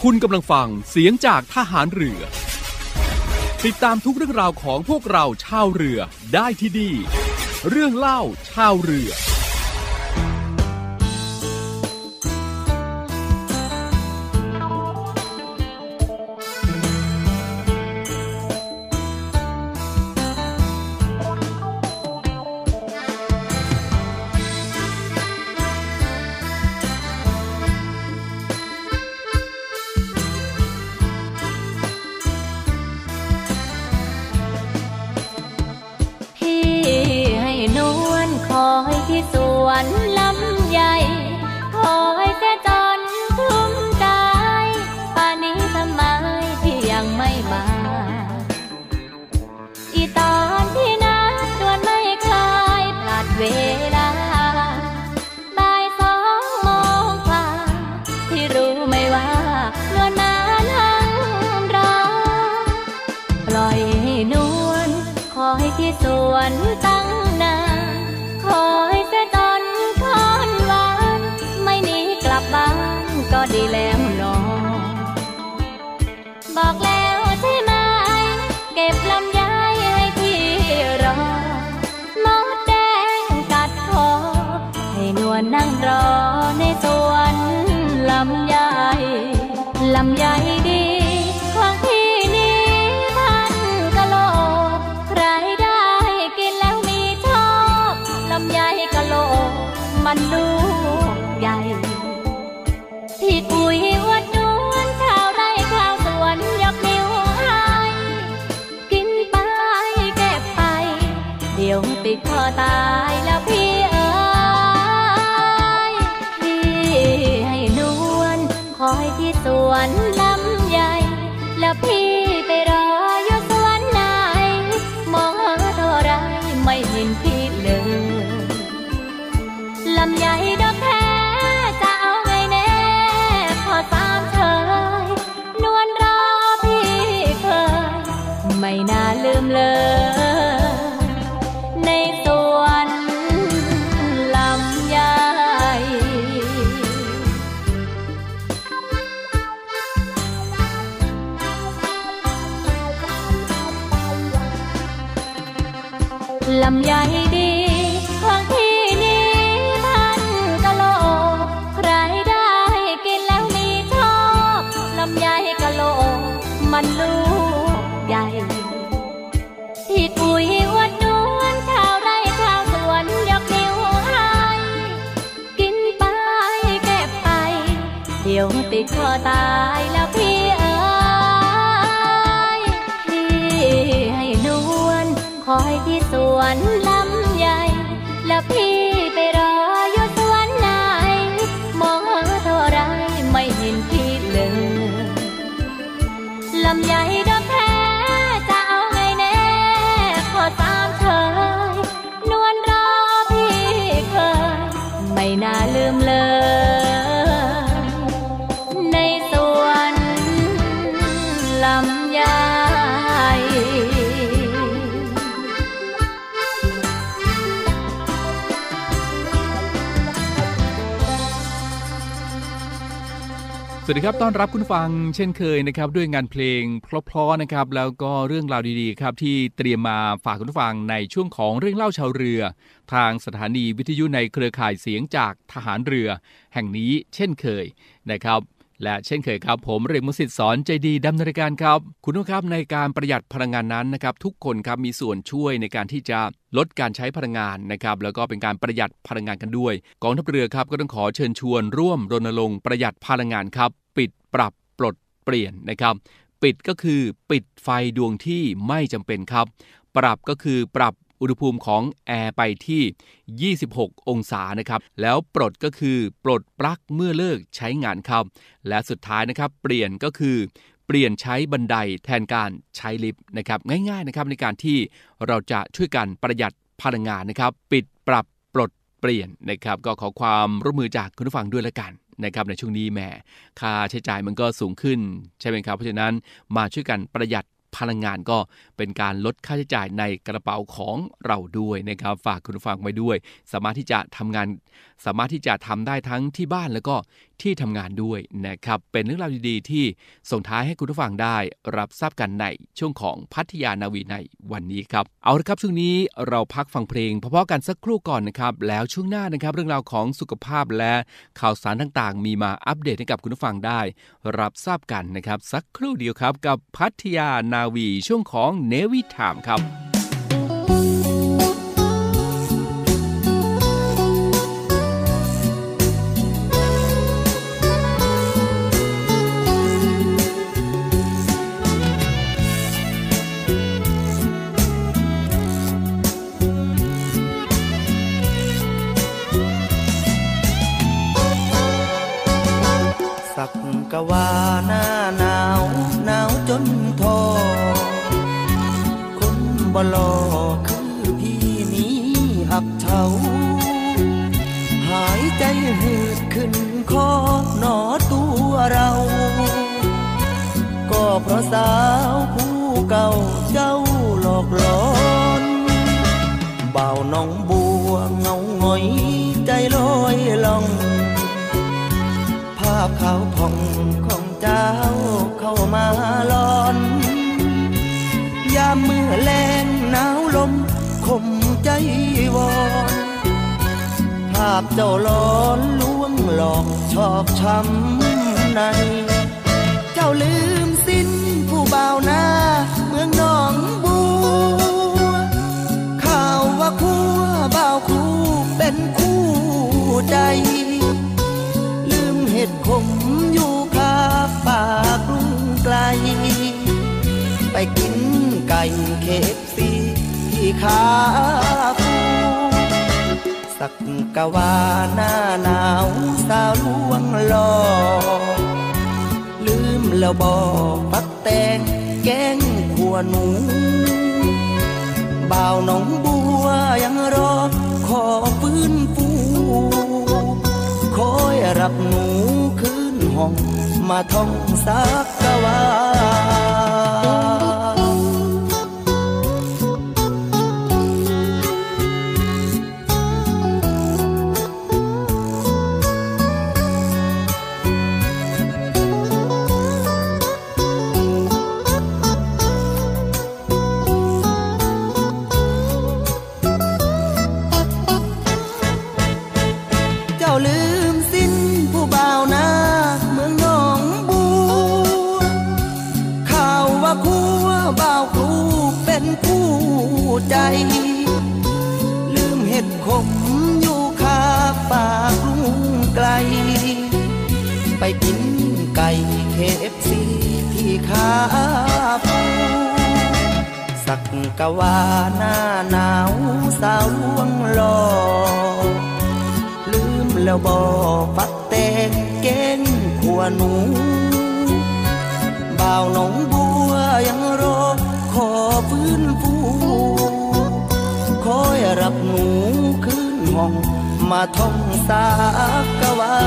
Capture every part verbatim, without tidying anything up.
คุณกำลังฟังเสียงจากทหารเรือติดตามทุกเรื่องราวของพวกเราชาวเรือได้ที่นี่เรื่องเล่าชาวเรือที่สวนลำใหญ่คอยแต่จนทุ่มใจป่านนี้ทำไมที่ยังไม่มาอีตอนที่นัดดวนไม่คลายพลาดเวลาบ่ายสองโมงกว่าที่รู้ไหมว่านวลมานั่งรอปล่อยให้นวลคอยที่สวนตั้งนานคอยเสียจนค่อนวันไม่หนีกลับบ้านก็ดีแล้วหนอบอกแล้วใช่ไหมเก็บลำไยให้พี่รอมดแดงกัดคอให้นวลนั่งรอในสวนลำไยลำไยดีของพี่นี้พันกะโลใครได้กินแล้วมีโชคลำไยกะโลมันลูกใหญ่ที่คุยอวดนวลชาวไร่ชาวสวนยกนิ้วให้กินไปเก็บไปเดี๋ยวติดคอตายแล้วพี่เอ๋ยพี่ให้นวลคอยที่สวนลำไยแล้วพี่ไปรออยู่สวนไหนมองหาเท่าไรไม่เห็นพี่เลยลำไยดอกแท้จะเอาไงแน่พอสามเชยนวลรอพี่เคยไม่น่าลืมเลยในสวนลำไยลำไยดีของพี่นี้พันกะโลใครได้กินแล้วมีโชคลำไยกะโลมันลูกใหญ่ที่คุยอวดนวลชาวไร่ชาวสวนยกนิ้วให้กินไปเก็บไปเดี๋ยวติดคอตายแล้วพี่เอ๋ยพี่ให้นวลคอยที่สวนลำไยแล้วพี่ไปรออยู่สวนไหนมองหาเท่าไรไม่เห็นพี่เลยลำไยดอกแท้จะเอาไงแน่ขอสามเชยนวลรอพี่เคยไม่น่าลืมเลยในสวนลำไยสวัสดีครับต้อนรับคุณฟังเช่นเคยนะครับด้วยงานเพลงเพราะๆนะครับแล้วก็เรื่องราวดีๆครับที่เตรียมมาฝากคุณฟังในช่วงของเรื่องเล่าชาวเรือทางสถานีวิทยุในเครือข่ายเสียงจากทหารเรือแห่งนี้เช่นเคยนะครับและเช่นเคยครับผมเรกมุสิตสอนใจดีดำเนินรายการครับคุณผู้ชมครับในการประหยัดพลังงานนั้นนะครับทุกคนครับมีส่วนช่วยในการที่จะลดการใช้พลังงานนะครับแล้วก็เป็นการประหยัดพลังงานกันด้วยกองทัพเรือครับก็ต้องขอเชิญชวนร่วมรณรงค์ประหยัดพลังงานครับปิดปรับปลดเปลี่ยนนะครับปิดก็คือปิดไฟดวงที่ไม่จำเป็นครับปรับก็คือปรับอุณหภูมิของแอร์ไปที่ยี่สิบหกองศานะครับแล้วปลดก็คือปลดปลั๊กเมื่อเลิกใช้งานครับและสุดท้ายนะครับเปลี่ยนก็คือเปลี่ยนใช้บันไดแทนการใช้ลิฟต์นะครับง่ายๆนะครับในการที่เราจะช่วยกันประหยัดพลังงานนะครับปิดปรับปลดเปลี่ยนนะครับก็ขอความร่วมมือจากคุณผู้ฟังด้วยละกันนะครับในช่วงนี้แหมค่าใช้จ่ายมันก็สูงขึ้นใช่ไหมครับเพราะฉะนั้นมาช่วยกันประหยัดพลังงานก็เป็นการลดค่าใช้จ่ายในกระเป๋าของเราด้วยนะครับฝากคุณผู้ฟังไว้ด้วยสามารถที่จะทำงานสามารถที่จะทำได้ทั้งที่บ้านแล้วก็ที่ทำงานด้วยนะครับเป็นเรื่องราวดีๆที่ส่งท้ายให้คุณผู้ฟังได้รับทราบกันในช่วงของพัทยานาวีในวันนี้ครับเอาละครับช่วงนี้เราพักฟังเพลงเพราะๆกันสักครู่ก่อนนะครับแล้วช่วงหน้านะครับเรื่องราวของสุขภาพและข่าวสารต่างๆมีมาอัปเดตให้กับคุณผู้ฟังได้รับทราบกันนะครับสักครู่เดียวครับกับพัทยานาวีช่วงของเนวิถามครับสักกะว่าหน้าหนาวหนาวจนทอคนบ่หล่อคือพี่นี้อับเฉาหายใจหืดขึ้นคอหนอตัวเราก็เพราะสาวผู้เก่าเจ้าหลอกหลอนบ่าวน้องบัวเงาหงอยใจลอยล่องภาพขาวผ่องของเจ้าเข้ามาหลอนยามมือแลงหนาวลมคมใจวอนภาพเจ้าหลอนลวงหลอกชอกช้ำในเจ้าลืมสิ้นผู้บ่าวหน้าเมืองหนองบัวข่าวว่าคู่บ่าวครูเป็นคู่ใจเห็ดขมอยู่คาปากกรุงไกลไปกินไก่เคฟซีที่ขาปูสักกะว่าหน้าหนาวสาวลวงหลอกลืมแล้วบอกปักแตงแกงขัวหนูบ่าวหนองบัวยังรอขอฟื้นฟูคอยรับหนูคืนห้องมาท่องสักกะว่าใจลืมเห็ดขมอยู่คาปากกรุงไกลไปกินไก่เคฟซีที่ขาปูสักกะว่าหน้าหนาวสาวลวงหลอกลืมแล้วบอกปักแตงแกงขัวหนูบ่าวหนองบัวยังรอขอฟื้นฟูคอยรับหนูคืนห้องมาท่องสักกะว่า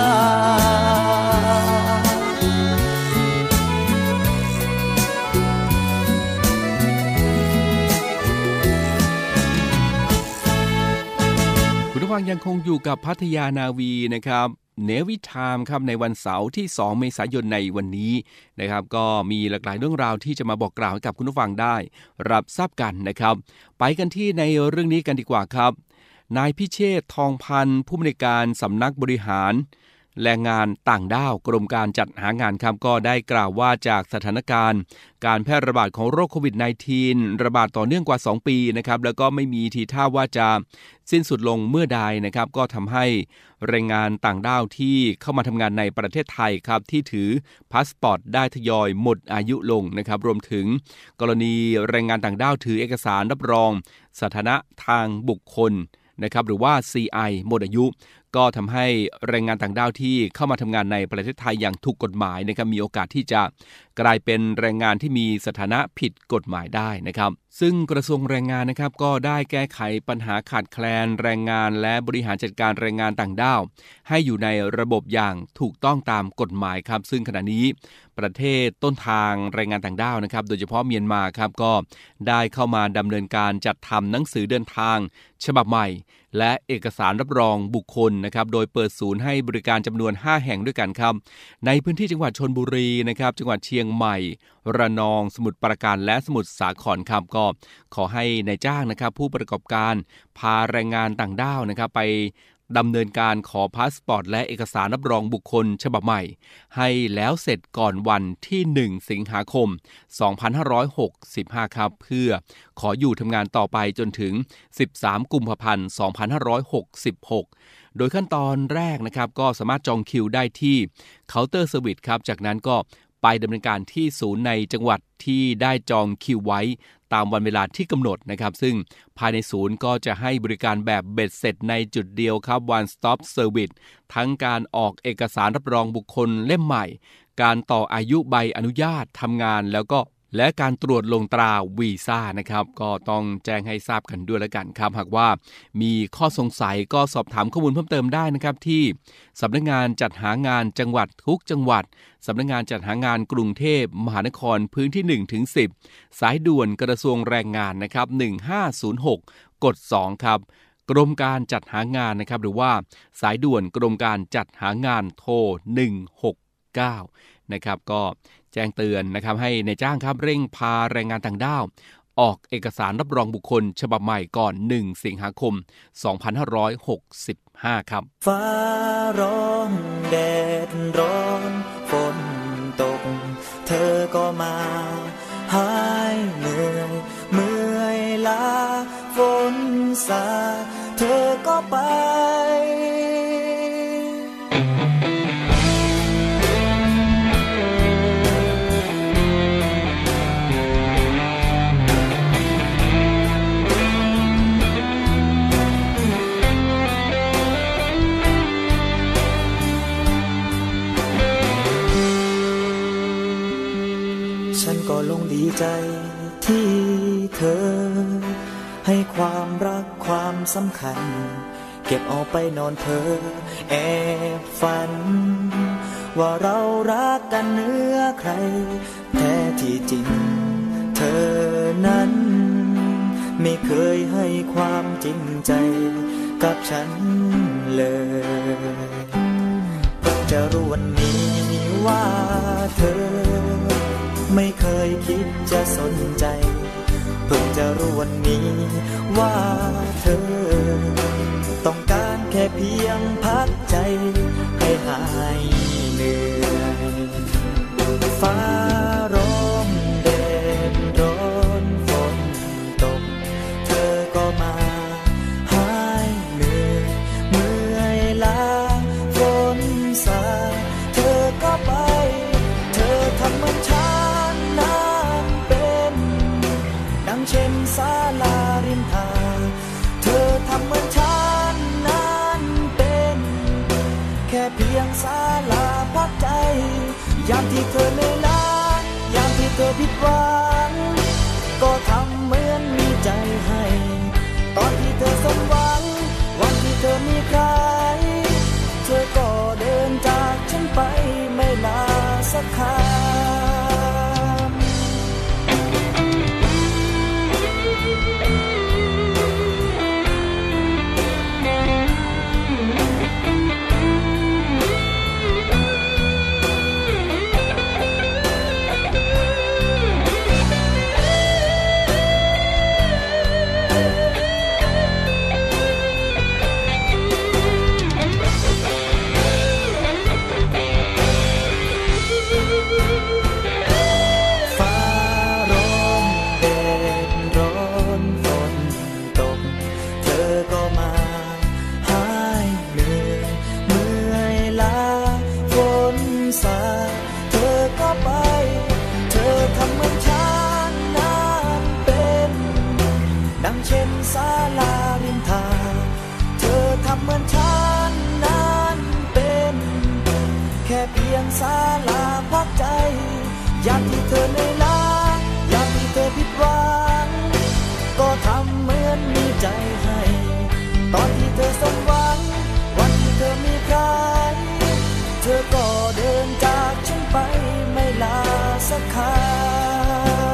คุณผู้ฟังยังคงอยู่กับพัทยานาวีนะครับเนวิไทม์ครับในวันเสาร์ที่สองเมษายนในวันนี้นะครับก็มีหลากหลายเรื่องราวที่จะมาบอกกล่าวให้กับคุณผู้ฟังได้รับทราบกันนะครับไปกันที่ในเรื่องนี้กันดีกว่าครับนายพิเชษฐ์ทองพันธ์ผู้อำนวยการสำนักบริหารแรงงานต่างด้าวกรมการจัดหางานครับก็ได้กล่าวว่าจากสถานการณ์การแพร่ระบาดของโรคโควิด สิบเก้า ระบาดต่อเนื่องกว่าสองปีนะครับแล้วก็ไม่มีทีท่าว่าจะสิ้นสุดลงเมื่อใดนะครับก็ทำให้แรงงานต่างด้าวที่เข้ามาทำงานในประเทศไทยครับที่ถือพาสปอร์ตได้ทยอยหมดอายุลงนะครับรวมถึงกรณีแรงงานต่างด้าวถือเอกสารรับรองสถานะทางบุคคลนะครับหรือว่า ซี ไอ หมดอายุก็ทำให้แรงงานต่างด้าวที่เข้ามาทำงานในประเทศไทยอย่างถูกกฎหมายนะครับมีโอกาสที่จะกลายเป็นแรงงานที่มีสถานะผิดกฎหมายได้นะครับซึ่งกระทรวงแรงงานนะครับก็ได้แก้ไขปัญหาขาดแคลนแรงงานและบริหารจัดการแรงงานต่างด้าวให้อยู่ในระบบอย่างถูกต้องตามกฎหมายครับซึ่งขณะนี้ประเทศต้นทางแรงงานต่างด้าวนะครับโดยเฉพาะเมียนมาครับก็ได้เข้ามาดำเนินการจัดทำหนังสือเดินทางฉบับใหม่และเอกสารรับรองบุคคลนะครับโดยเปิดศูนย์ให้บริการจำนวนห้าแห่งด้วยกันครับในพื้นที่จังหวัดชลบุรีนะครับจังหวัดเชียงใหม่ระนองสมุทรปราการและสมุทรสาครครับก็ขอให้นายจ้างนะครับผู้ประกอบการพาแรงงานต่างด้าวนะครับไปดำเนินการขอพาสปอร์ตและเอกสารรับรองบุคคลฉบับใหม่ให้แล้วเสร็จก่อนวันที่หนึ่งสิงหาคมสองพันห้าร้อยหกสิบห้าครับเพื่อขออยู่ทำงานต่อไปจนถึงสิบสามกุมภาพันธ์สองพันห้าร้อยหกสิบหกโดยขั้นตอนแรกนะครับก็สามารถจองคิวได้ที่เคาน์เตอร์เซอร์วิสครับจากนั้นก็ไปดำเนินการที่ศูนย์ในจังหวัดที่ได้จองคิวไว้ตามวันเวลาที่กำหนดนะครับซึ่งภายในศูนย์ก็จะให้บริการแบบเบ็ดเสร็จในจุดเดียวครับ One Stop Service ทั้งการออกเอกสารรับรองบุคคลเล่มใหม่การต่ออายุใบอนุญาตทำงานแล้วก็และการตรวจลงตราวีซ่านะครับก็ต้องแจ้งให้ทราบกันด้วยแล้วกันครับหากว่ามีข้อสงสัยก็สอบถามข้อมูลเพิ่มเติมได้นะครับที่สำนักงานจัดหางานจังหวัดทุกจังหวัดสำนักงานจัดหางานกรุงเทพมหานครพื้นที่ หนึ่งถึงสิบ สายด่วนกระทรวงแรงงานนะครับหนึ่งห้าศูนย์หกกดสองครับกรมการจัดหางานนะครับหรือว่าสายด่วนกรมการจัดหางานโทรหนึ่งหกเก้านะครับก็แจ้งเตือนนะครับให้นายจ้างครับเร่งพาแรงงานต่างด้าวออกเอกสารรับรองบุคคลฉบับใหม่ก่อนหนึ่งสิงหาคมสองพันห้าร้อยหกสิบห้าครับฟ้าร้องแดดร้อนฝนตกเธอก็มาหายเหนื่อยเมื่อยล้าฝนสาเธอก็ไปฉันก็ลงดีใจที่เธอให้ความรักความสำคัญเก็บเอาไปนอนเธอแอบฝันว่าเรารักกันเหนือใครแท้ที่จริงเธอนั้นไม่เคยให้ความจริงใจกับฉันเลยเพิ่งจะรู้วันนี้ว่าเธอไม่เคยคิดจะสนใจเพิ่งจะรู้วันนี้ว่าเธอต้องการแค่เพียงพักใจให้หายเหนื่อยฟ้าร้องแดดร้อนฝนตกเธอก็มาหายเหนื่อยเมื่อยล้าฝนสาเธอก็ไปเธอทำเหมือนฉันนั้นเป็นดังเช่นศาลาริมทางเธอทำเหมือนฉันนั้นเป็นแค่เพียงศาลาพักใจยามที่เธอเหนื่อยล้ายามที่เธอผิดหวังก็ทำเหมือนมีใจให้ตอนที่เธอสมหวังวันที่เธอมีใครเธอก็เดินจากฉันไปไม่ลาสักคำศาลาริมทางเธอทำเหมือนฉันนั้นเป็นแค่เพียงศาลาพักใจยามที่เธอเหนื่อยล้ายามที่เธอผิดหวังก็ทำเหมือนมีใจให้ตอนที่เธอสมหวังวันที่เธอมีใครเธอก็เดินจากฉันไปไม่ลาสักคำ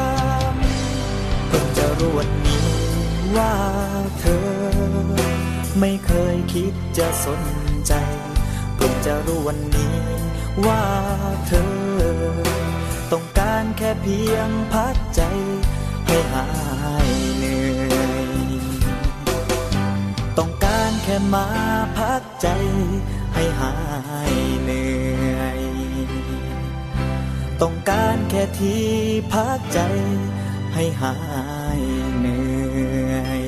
เพิ่งจะรู้วันนี้ว่าเธอไม่เคยคิดจะสนใจเพิ่งจะรู้วันนี้ว่าเธอต้องการแค่เพียงพักใจให้หายเหนื่อยต้องการแค่มาพักใจให้หายเหนื่อยต้องการแค่ที่พักใจให้หายเหนื่อย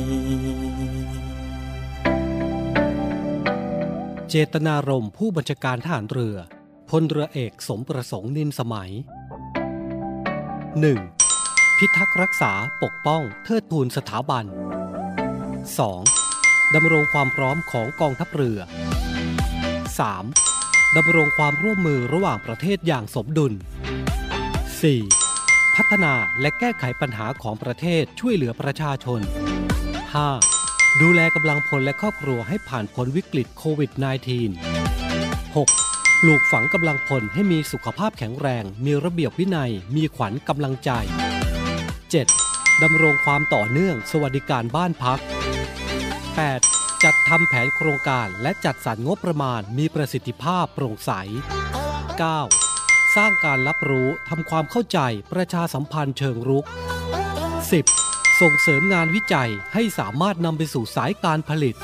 เจตนารมณ์ผู้บัญชาการทหารเรือพลเรือเอกสมประสงค์นินสมัย หนึ่ง. พิทักษ์รักษาปกป้องเทิดทูนสถาบัน สอง. ดำรงความพร้อมของกองทัพเรือ สาม. ดำรงความร่วมมือระหว่างประเทศอย่างสมดุล สี่. พัฒนาและแก้ไขปัญหาของประเทศช่วยเหลือประชาชน ห้า. ดูแลกำลังพลและครอบครัวให้ผ่านพ้นวิกฤตโควิด สิบเก้า หก. ปลูกฝังกำลังพลให้มีสุขภาพแข็งแรงมีระเบียบวินัยมีขวัญกำลังใจ เจ็ด. ดำรงความต่อเนื่องสวัสดิการบ้านพัก แปด. จัดทำแผนโครงการและจัดสรรงบประมาณมีประสิทธิภาพโปร่งใส เก้า. สร้างการรับรู้ทำความเข้าใจประชาสัมพันธ์เชิงรุก สิบ. ส่งเสริมงานวิจัยให้สามารถนำไปสู่สายการผลิต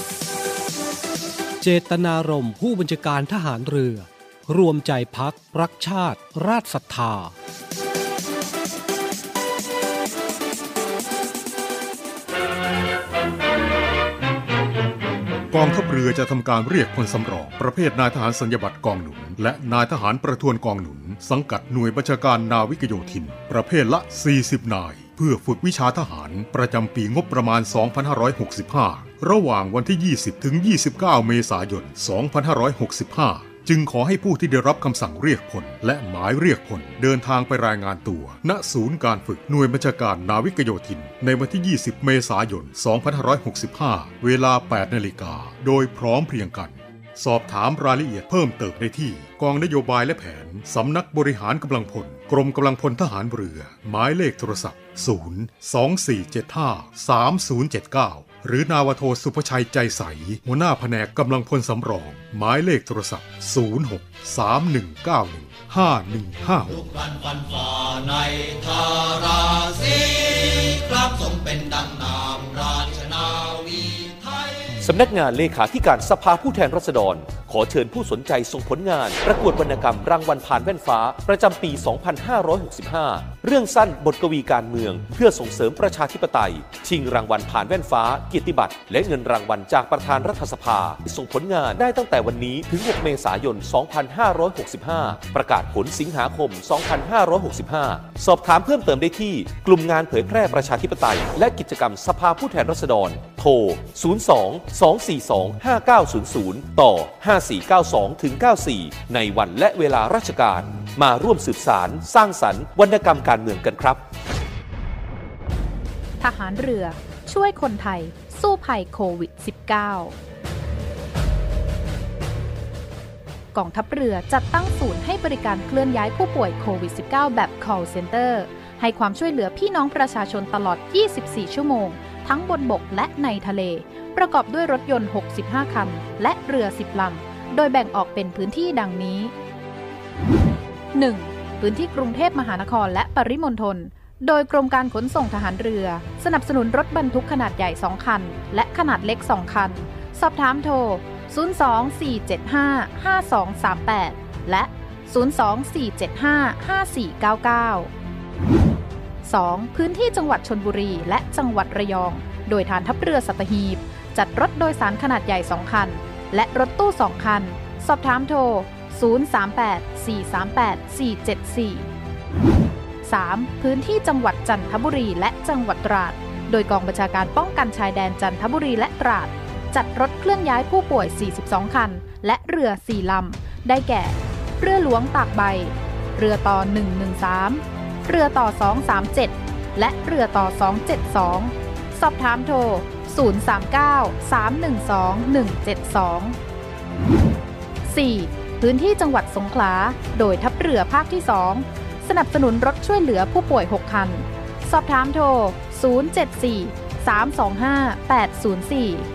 เจตนารมณ์ผู้บัญชาการทหารเรือรวมใจพักรักชาติราชศรัทธากองทัพเรือจะทำการเรียกพลสำรองประเภทนายทหารสัญญบัตรกองหนุนและนายทหารประทวนกองหนุนสังกัดหน่วยบัญชาการนาวิกโยธินประเภทละสี่สิบนายเพื่อฝึกวิชาทหารประจำปีงบประมาณ สองพันห้าร้อยหกสิบห้า ระหว่างวันที่ ยี่สิบถึงยี่สิบเก้า เมษายน สองพันห้าร้อยหกสิบห้า จึงขอให้ผู้ที่ได้รับคำสั่งเรียกพลและหมายเรียกพลเดินทางไปรายงานตัวณศูนย์การฝึกหน่วยบัญชาการนาวิกโยธินในวันที่ ยี่สิบ เมษายน สองพันห้าร้อยหกสิบห้า เวลา แปด นาฬิกาโดยพร้อมเพรียงกันสอบถามรายละเอียดเพิ่มเติมได้ที่กองนโยบายและแผนสำนักบริหารกำลังพลกรมกำลังพลทหารเรือหมายเลขโทรศัพท์ ศูนย์ สอง สี่ เจ็ด ห้า สาม ศูนย์ เจ็ด เก้า หรือนาวาโทสุภชัยใจใสหัวหน้าแผนกกำลังพลสำรองหมายเลขโทรศัพท์ ศูนย์ หก สาม หนึ่ง เก้า หนึ่ง ห้า หนึ่ง ห้า หกฟันฝ่าในทาราศีครับทรงเป็นดังนามราชนาวีไทยสำนักงานเลขาธิการสภาผู้แทนราษฎรขอเชิญผู้สนใจส่งผลงานประกวดวรรณกรรมรางวัลผ่านแว่นฟ้าประจำปี สองพันห้าร้อยหกสิบห้า เรื่องสั้นบทกวีการเมืองเพื่อส่งเสริมประชาธิปไตยชิงรางวัลผ่านแว่นฟ้าเกียรติบัตรและเงินรางวัลจากประธานรัฐสภาส่งผลงานได้ตั้งแต่วันนี้ถึง หก เมษายน สองพันห้าร้อยหกสิบห้า ประกาศผลสิงหาคม สองพันห้าร้อยหกสิบห้า สอบถามเพิ่มเติมได้ที่กลุ่มงานเผยแพร่ประชาธิปไตยและกิจกรรมสภาผู้แทนราษฎรโทร ศูนย์ สอง สอง สี่ สอง ห้า เก้า ศูนย์ ศูนย์ ต่อ ห้า สี่ เก้า สอง ถึง เก้า สี่ ในวันและเวลาราชการมาร่วมสืบสารสร้างสรรค์วรรณกรรมการเมืองกันครับทหารเรือช่วยคนไทยสู้ภัยโควิด สิบเก้า กองทัพเรือจัดตั้งศูนย์ให้บริการเคลื่อนย้ายผู้ป่วยโควิด สิบเก้า แบบ call center ให้ความช่วยเหลือพี่น้องประชาชนตลอด ยี่สิบสี่ ชั่วโมงทั้งบนบกและในทะเลประกอบด้วยรถยนต์ หกสิบห้า คันและเรือ สิบ ลำโดยแบ่งออกเป็นพื้นที่ดังนี้ หนึ่ง. พื้นที่กรุงเทพมหานครและปริมณฑลโดยกรมการขนส่งทหารเรือสนับสนุนรถบรรทุกขนาดใหญ่สองคันและขนาดเล็กสองคันสอบถามโทร ศูนย์ สอง สี่ เจ็ด ห้า ห้า สอง สาม แปด และ ศูนย์ สอง สี่ เจ็ด ห้า ห้า สี่ เก้า เก้า สอง. พื้นที่จังหวัดชลบุรีและจังหวัดระยองโดยฐานทัพเรือสัตหีบจัดรถโดยสารขนาดใหญ่สองคันและรถตู้สองคันสอบถามโทร ศูนย์ สาม แปด สี่ สาม แปด สี่ เจ็ด สี่ สาม. พื้นที่จังหวัดจันทบุรีและจังหวัดตราดโดยกองบัญชาการป้องกันชายแดนจันทบุรีและตราดจัดรถเคลื่อนย้ายผู้ป่วย สี่สิบสอง คันและเรือ สี่ ลำได้แก่เรือหลวงตากใบเรือต่อ หนึ่ง หนึ่ง สาม เรือต่อ สอง สาม เจ็ด และเรือต่อ สอง เจ็ด สอง สอบถามโทร ศูนย์ สาม เก้า สาม หนึ่ง สอง หนึ่ง เจ็ด สอง สี่. พื้นที่จังหวัดสงขลาโดยทัพเรือภาคที่สองสนับสนุนรถช่วยเหลือผู้ป่วยหกคันสอบถามโทร ศูนย์ เจ็ด สี่ สาม สอง ห้า แปด ศูนย์ สี่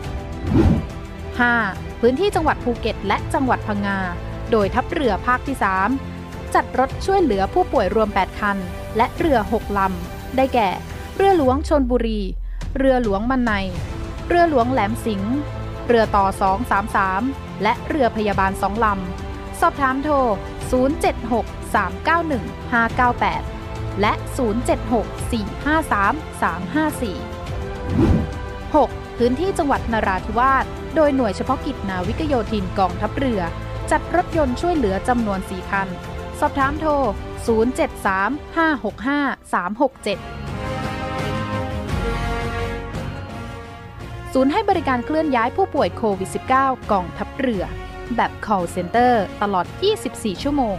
ห้า พื้นที่จังหวัดภูเก็ตและจังหวัดพังงาโดยทัพเรือภาคที่สามจัดรถช่วยเหลือผู้ป่วยรวมแปดคันและเรือหกลำได้แก่เรือหลวงชลบุรีเรือหลวงมันไนเรือหลวงแหลมสิงห์เรือต่อสองสามสามและเรือพยาบาลสองลำสอบถามโทรศูนย์ เจ็ด หก สาม เก้า หนึ่ง ห้า เก้า แปดและศูนย์ เจ็ด หก สี่ ห้า สาม สาม ห้า สี่ หก พื้นที่จังหวัดนราธิวาสโดยหน่วยเฉพาะกิจนาวิกโยธินกองทัพเรือจัดรถยนต์ช่วยเหลือจำนวนสี่คันสอบถามโทรศูนย์ เจ็ด สาม ห้า หก ห้า สาม หก เจ็ดศูนย์ให้บริการเคลื่อนย้ายผู้ป่วยโควิด สิบเก้า กองทัพเรือแบบ call center ตลอดยี่สิบสี่ชั่วโมง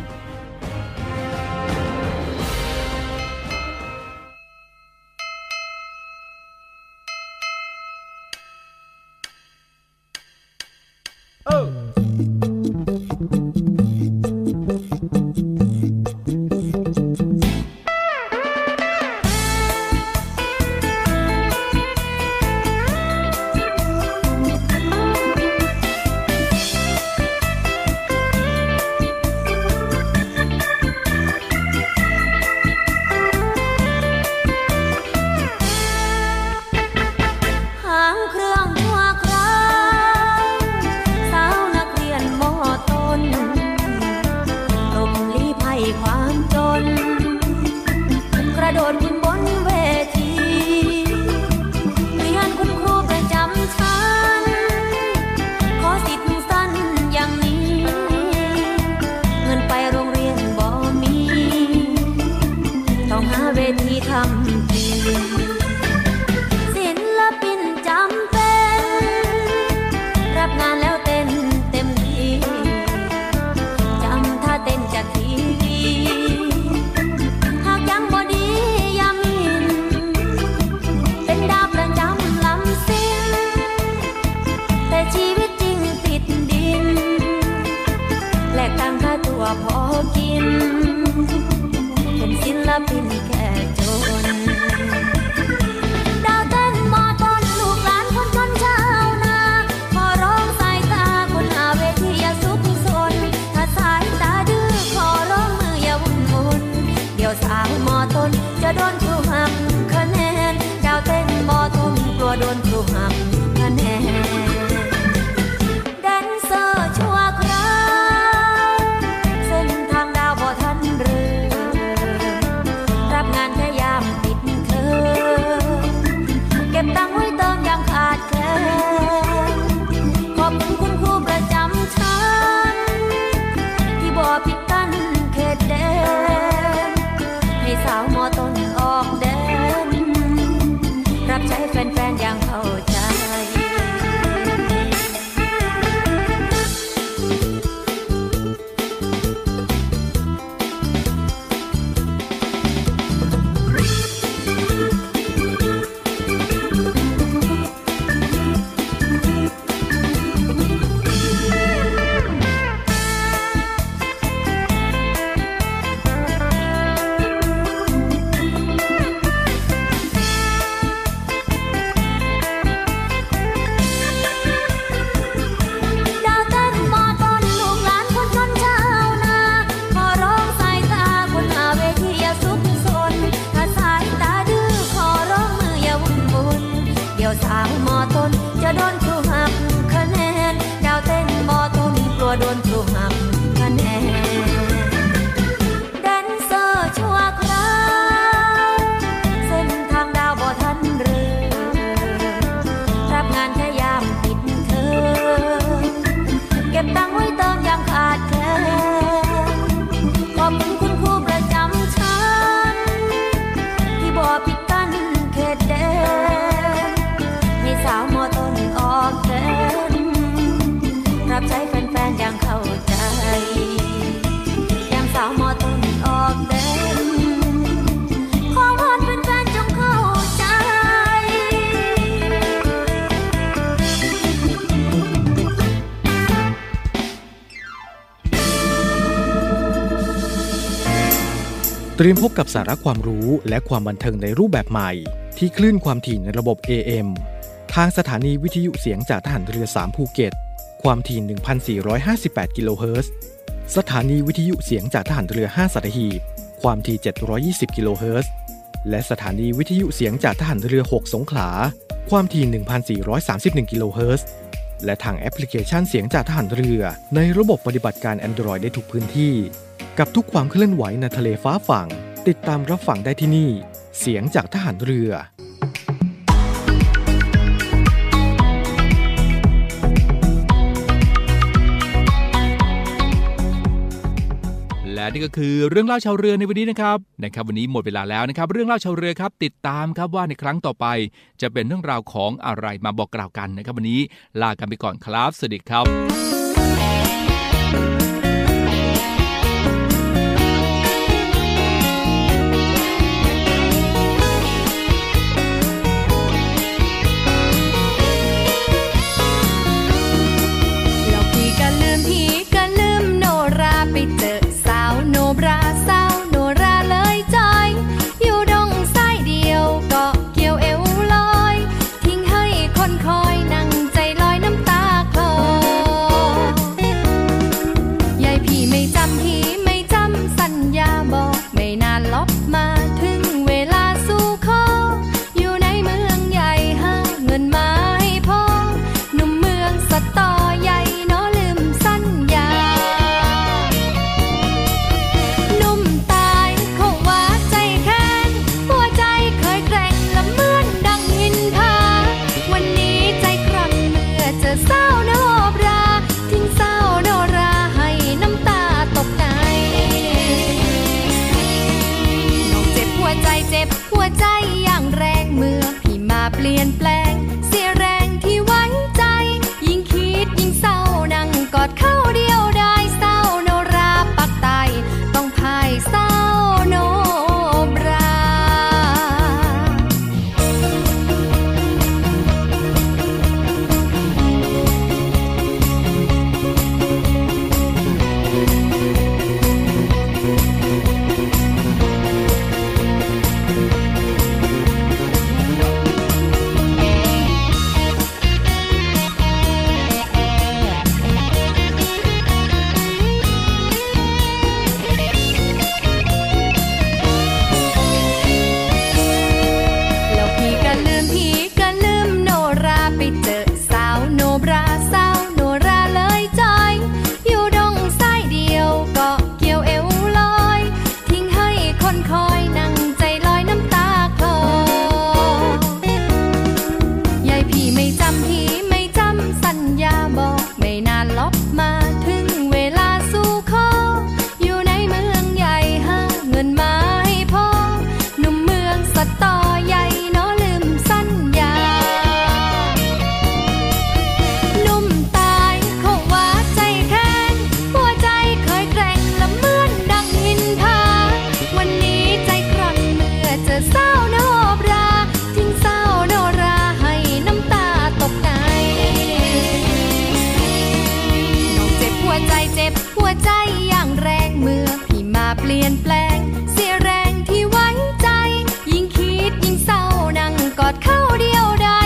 เตรียมพบกับสาระความรู้และความบันเทิงในรูปแบบใหม่ที่คลื่นความถี่ในระบบ เอ เอ็มทางสถานีวิทยุเสียงจากทหารเรือสามภูเก็ตความถี่ หนึ่งพันสี่ร้อยห้าสิบแปด กิโลเฮิรตซ์สถานีวิทยุเสียงจากทหารเรือห้าสัตหีบความถี่เจ็ดร้อยยี่สิบ กิโลเฮิรตซ์และสถานีวิทยุเสียงจากทหารเรือหกสงขลาความถี่ หนึ่งพันสี่ร้อยสามสิบเอ็ด กิโลเฮิรตซ์และทางแอปพลิเคชันเสียงจากทหารเรือในระบบปฏิบัติการ Android ได้ทุกพื้นที่กับทุกความเคลื่อนไหวในทะเลฟ้าฝั่งติดตามรับฟังได้ที่นี่เสียงจากทหารเรือและนี่ก็คือเรื่องเล่าชาวเรือในวันนี้นะครับนะครับวันนี้หมดเวลาแล้วนะครับเรื่องเล่าชาวเรือครับติดตามครับว่าในครั้งต่อไปจะเป็นเรื่องราวของอะไรมาบอกกล่าวกันนะครับวันนี้ลากันไปก่อนครับสวัสดีครับกอดเข้าเดียวได้